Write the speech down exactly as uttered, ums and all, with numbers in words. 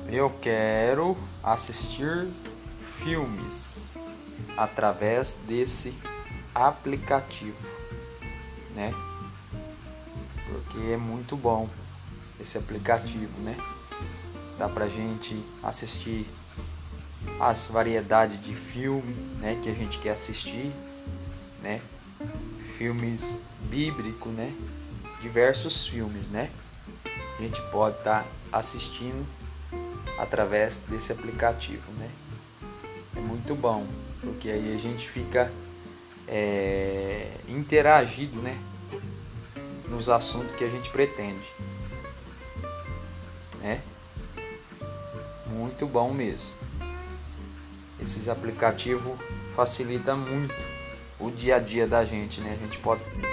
Eu quero assistir filmes através desse aplicativo, né? Porque é muito bom esse aplicativo, né? Dá pra gente assistir as variedades de filme, né, que a gente quer assistir, né? Filmes bíblicos, né? Diversos filmes, né? A gente pode estar assistindo através desse aplicativo, né? É muito bom, porque aí a gente fica é, interagido, né? Nos assuntos que a gente pretende, né? Muito bom mesmo. Esses aplicativos facilitam muito o dia a dia da gente, né? A gente pode